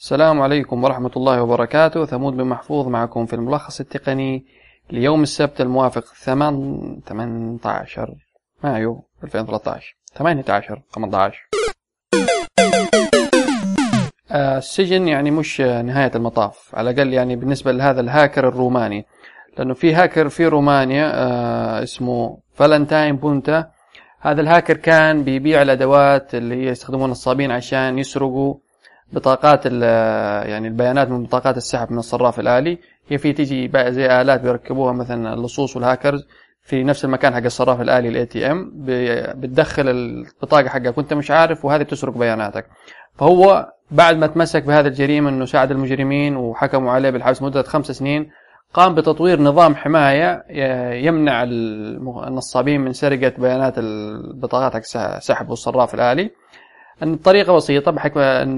السلام عليكم ورحمة الله وبركاته. ثمود بن محفوظ معكم في الملخص التقني ليوم السبت الموافق 18 مايو 2013 18 السجن يعني مش نهاية المطاف، على الأقل يعني بالنسبة لهذا الهاكر الروماني، لأنه في هاكر في رومانيا اسمه فالنتاين بونتا. هذا الهاكر كان بيبيع الأدوات اللي هي يستخدمون النصابين عشان يسرقوا بطاقات يعني البيانات من بطاقات السحب من الصراف الآلي. هي في تيجي زي آلات بيركبوها مثلا اللصوص والهاكرز في نفس المكان حق الصراف الآلي الاي تي ام، بتدخل البطاقة حقك وانت مش عارف، وهذه بتسرق بياناتك. فهو بعد ما تمسك بهذا الجريمة انه ساعد المجرمين وحكموا عليه بالحبس مدة 5 سنين، قام بتطوير نظام حماية يمنع النصابين من سرقة بيانات البطاقات حق السحب والصراف الآلي. الطريقة بسيطة، بحكم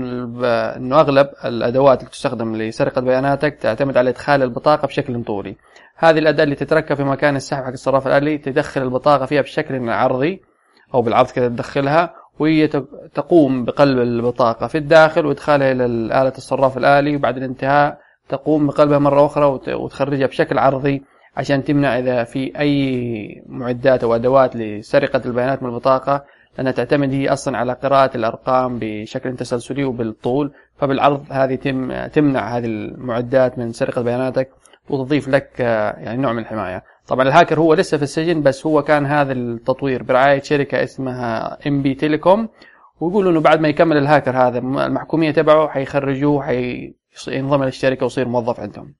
أنه أغلب الأدوات اللي تستخدم لسرقة بياناتك تعتمد على إدخال البطاقة بشكل طولي. هذه الأداة اللي تتركب في مكان السحب حق الصراف الآلي تدخل البطاقة فيها بشكل عرضي أو بالعرض كذا تدخلها، وهي تقوم بقلب البطاقة في الداخل وإدخالها إلى آلة الصراف الآلي، وبعد الانتهاء تقوم بقلبها مرة أخرى وتخرجها بشكل عرضي عشان تمنع إذا في أي معدات أو أدوات لسرقة البيانات من البطاقة، لأنها تعتمد هي أصلا على قراءة الأرقام بشكل تسلسلي وبالطول. فبالعرض هذه تمنع هذه المعدات من سرقة بياناتك وتضيف لك يعني نوع من الحماية. طبعا الهاكر هو لسه في السجن، بس هو كان هذا التطوير برعاية شركة اسمها MB تيليكوم، ويقولوا أنه بعد ما يكمل الهاكر هذا المحكومية تبعه حيخرجوه، حينضم للشركة ويصير موظف عندهم.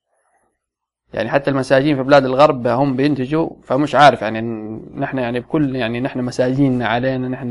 يعني حتى المساجين في بلاد الغرب هم بينتجوا، فمش عارف يعني نحن يعني بكل يعني نحن مساجين علينا نحن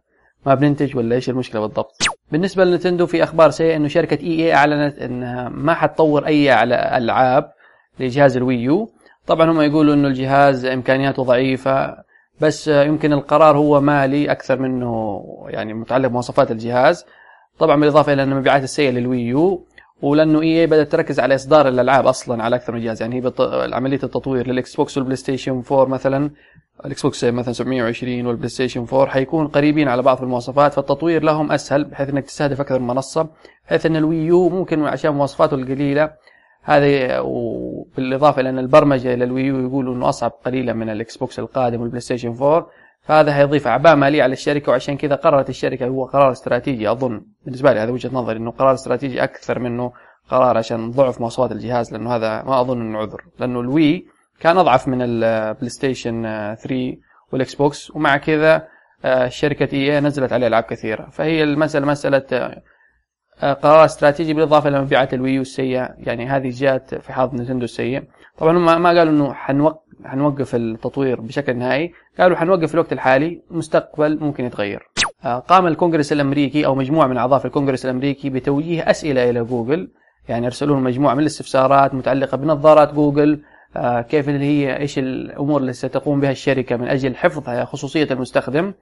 ما بننتج ولا ايش المشكلة بالضبط. بالنسبة لنتندو في اخبار سيئة، انه شركة EA اعلنت انها ما حتطور اي العاب لجهاز الويو. طبعا هم يقولوا انه الجهاز امكانياته ضعيفة، بس يمكن القرار هو مالي اكثر منه يعني متعلق بمواصفات الجهاز. طبعا بالاضافة الى ان المبيعات السيئة للويو، ولانه EA بدأت تركز على اصدار الالعاب اصلا على اكثر من جهاز. يعني هي عمليه التطوير للاكس بوكس والبلاي ستيشن 4 مثلا، الاكس بوكس مثلا 720 والبلاي ستيشن 4 حيكون قريبين على بعض في المواصفات، فالتطوير لهم اسهل بحيث انك تستهدف اكثر من منصه، بحيث ان الويو ممكن عشان مواصفاته القليله هذه، وبالاضافه الى ان البرمجه للويو يقولوا انه اصعب قليلا من الاكس بوكس القادم والبلاي ستيشن 4، فهذا هيضيف اعباء ماليه على الشركه. وعشان كذا قررت الشركه، هو قرار استراتيجي اظن بالنسبه لي، هذا وجهه نظري، انه قرار استراتيجي اكثر منه قرار عشان ضعف مواصفات الجهاز، لانه هذا ما اظن انه عذر، لانه الوي كان اضعف من البلاي ستيشن 3 والاكس بوكس، ومع كذا شركه EA نزلت عليه العاب كثيره. فهي المساله مساله قرار استراتيجي بالاضافه الى مبيعات الويو السيئه، يعني هذه جات في حظ نينتندو السيء. طبعا هم ما قالوا انه حنوقف التطوير بشكل نهائي، قالوا حنوقف في الوقت الحالي، مستقبل ممكن يتغير. قام الكونغرس الامريكي او مجموعه من اعضاء الكونغرس الامريكي بتوجيه اسئله الى جوجل، يعني ارسلوا لهم مجموعه من الاستفسارات متعلقه بنظارات جوجل، كيف اللي هي ايش الامور اللي ستقوم بها الشركه من اجل حفظ خصوصيه المستخدم.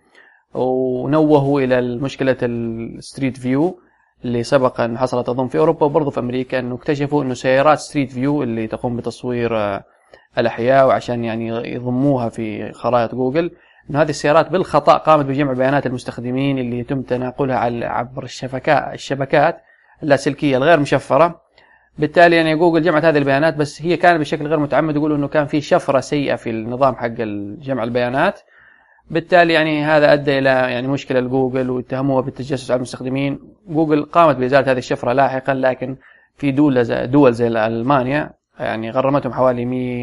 ونوهوا الى مشكله الستريت فيو اللي سبق ان حصلت اظن في اوروبا وبرضه في امريكا، انه اكتشفوا انه سيارات ستريت فيو اللي تقوم بتصوير الاحياء وعشان يعني يضموها في خرائط جوجل، انه هذه السيارات بالخطا قامت بجمع بيانات المستخدمين اللي يتم تناقلها عبر الشبكات اللاسلكيه الغير مشفره. بالتالي يعني جوجل جمعت هذه البيانات، بس هي كانت بشكل غير متعمد، يقولوا انه كان في شفره سيئه في النظام حق جمع البيانات. بالتالي يعني هذا ادى الى يعني مشكله لجوجل واتهموها بالتجسس على المستخدمين. جوجل قامت بازاله هذه الشفره لاحقا، لكن في دول زي المانيا يعني غرمتهم حوالي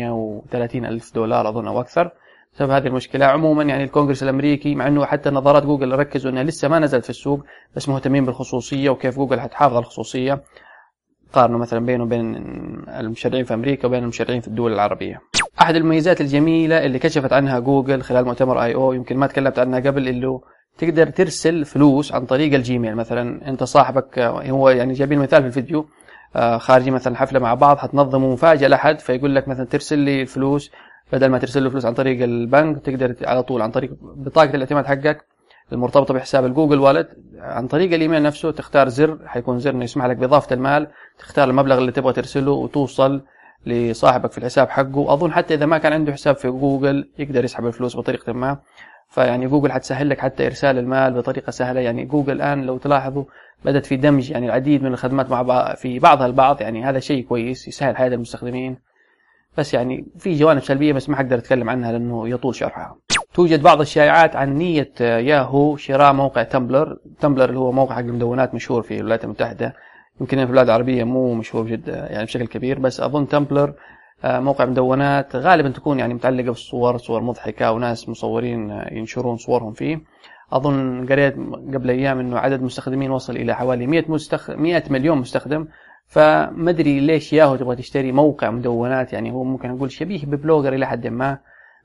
130 ألف دولار اظن او اكثر بسبب هذه المشكله. عموما يعني الكونغرس الامريكي مع انه حتى نظارات جوجل ركزوا انها لسه ما نزلت في السوق، بس مهتمين بالخصوصيه وكيف جوجل حتحافظ على الخصوصيه، قارنوا مثلا بينه وبين المشرعين في امريكا وبين المشرعين في الدول العربيه. احد المميزات الجميله اللي كشفت عنها جوجل خلال مؤتمر I/O، يمكن ما تكلمت عنها قبل، اللي تقدر ترسل فلوس عن طريق الجيميل. مثلا انت صاحبك، هو يعني جايبين مثال في الفيديو، خارجين مثلا حفله مع بعض، حتنظموا مفاجاه لاحد، فيقول لك مثلا ترسل لي الفلوس، بدل ما ترسل له فلوس عن طريق البنك تقدر على طول عن طريق بطاقه الاعتماد حقك المرتبطه بحساب الجوجل والت، عن طريق الايميل نفسه تختار زر، حيكون زر انه يسمح لك باضافه المال، تختار المبلغ اللي تبغى ترسله وتوصل لصاحبك في الحساب حقه. أظن حتى إذا ما كان عنده حساب في جوجل يقدر يسحب الفلوس بطريقة ما. فيعني جوجل حتسهل لك حتى إرسال المال بطريقة سهلة. يعني جوجل الآن لو تلاحظوا بدأت في دمج يعني العديد من الخدمات مع في بعضها البعض، يعني هذا شيء كويس يسهل حياة المستخدمين. بس يعني في جوانب سلبية بس ما حقدر أتكلم عنها لأنه يطول شرحها. توجد بعض الشائعات عن نية ياهو شراء موقع تمبلر اللي هو موقع حق المدونات مشهور في الولايات المتحدة، يمكن في البلاد العربية مو مشهور جدا يعني بشكل كبير، بس أظن تمبلر موقع مدونات غالبا تكون يعني متعلقة بالصور، صور مضحكة وناس مصورين ينشرون صورهم فيه. أظن قريت قبل أيام إنه عدد مستخدمين وصل إلى حوالي 100 مليون مستخدم. فمدري ليش ياهو تبغى تشتري موقع مدونات، يعني هو ممكن نقول شبيه ببلوجر إلى حد ما،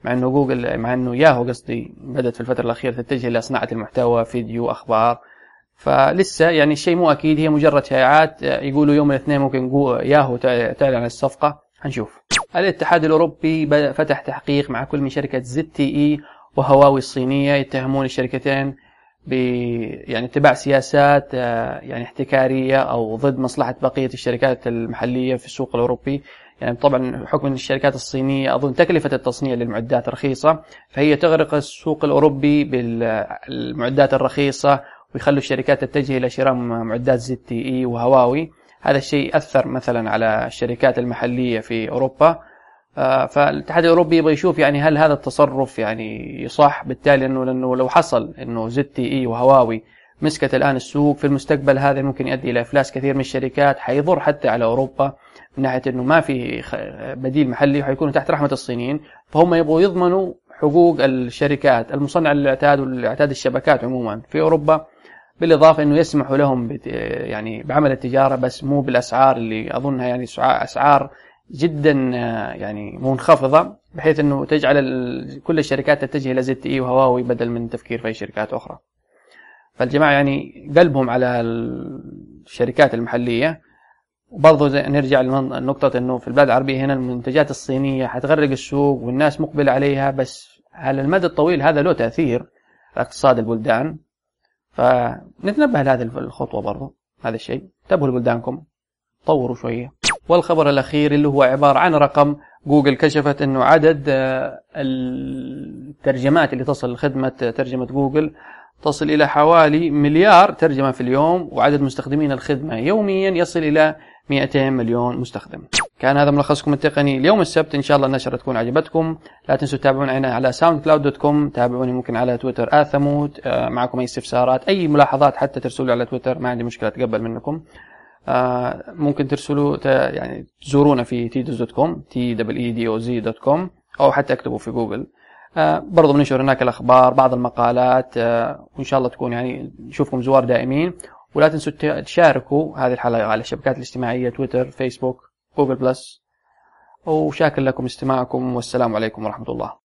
مع إنه ياهو قصدي بدأت في الفترة الأخيرة تتجه إلى صناعة المحتوى، فيديو، أخبار. فلسه يعني الشيء مو أكيد، هي مجرد شائعات. يقولوا يوم الاثنين ممكن ياهو تعلن عن الصفقة، هنشوف. الاتحاد الأوروبي فتح تحقيق مع كل من شركة ZTE وهواوي الصينية، يتهمون الشركتين يعني اتباع سياسات يعني احتكارية أو ضد مصلحة بقية الشركات المحلية في السوق الأوروبي. يعني طبعا حكم أن الشركات الصينية أظن تكلفة التصنيع للمعدات رخيصة، فهي تغرق السوق الأوروبي بالمعدات الرخيصة ويخلوا الشركات تتجه إلى شراء معدات ZTE وهواوي. هذا الشيء أثر مثلا على الشركات المحلية في أوروبا. فالاتحاد الأوروبي يبغى يشوف يعني هل هذا التصرف يعني صح، بالتالي لأنه لو حصل إنه ZTE وهواوي مسكت الآن السوق في المستقبل، هذا ممكن يؤدي إلى إفلاس كثير من الشركات، حيضر حتى على أوروبا من ناحية إنه ما في بديل محلي وحيكونوا تحت رحمة الصينيين. فهم يبغوا يضمنوا حقوق الشركات المصنعة للإعتاد والإعتاد الشبكات عموما في أوروبا، بالإضافة إنه يسمحوا لهم يعني بعمل التجارة بس مو بالأسعار اللي أظنها يعني أسعار جدا يعني منخفضة، بحيث أنه تجعل كل الشركات تتجه إلى ZTE وهواوي بدل من تفكير في شركات أخرى. فالجماعة يعني قلبهم على الشركات المحلية. وبرضو نرجع لنقطة أنه في البلاد العربية هنا المنتجات الصينية حتغرق السوق والناس مقبلة عليها، بس على المدى الطويل هذا له تأثير على اقتصاد البلدان. فنتنبه لهذه الخطوة برضو، هذا الشيء انتبهوا لبلدانكم، طوروا شوية. والخبر الأخير اللي هو عبارة عن رقم جوجل كشفت أنه عدد الترجمات اللي تصل لخدمة ترجمة جوجل تصل إلى حوالي 1 مليار ترجمة في اليوم، وعدد مستخدمين الخدمة يوميا يصل إلى 200 مليون مستخدم. كان هذا ملخصكم التقني اليوم السبت، إن شاء الله النشرة تكون عجبتكم. لا تنسوا تتابعونا على soundcloud.com، تابعوني ممكن على تويتر @ثمود. معكم أي استفسارات أي ملاحظات حتى ترسلوا على تويتر، ما عندي مشكلة أتقبل منكم. ممكن ترسلوا يعني تزورونا في tedoz.com TEEDOZ.com أو حتى اكتبوا في جوجل. برضو بننشر هناك الأخبار، بعض المقالات، وإن شاء الله تكون يعني نشوفكم زوار دائمين. ولا تنسوا تشاركوا هذه الحلقة على الشبكات الاجتماعية تويتر، فيسبوك، جوجل بلس. وشاكر لكم استماعكم، والسلام عليكم ورحمة الله.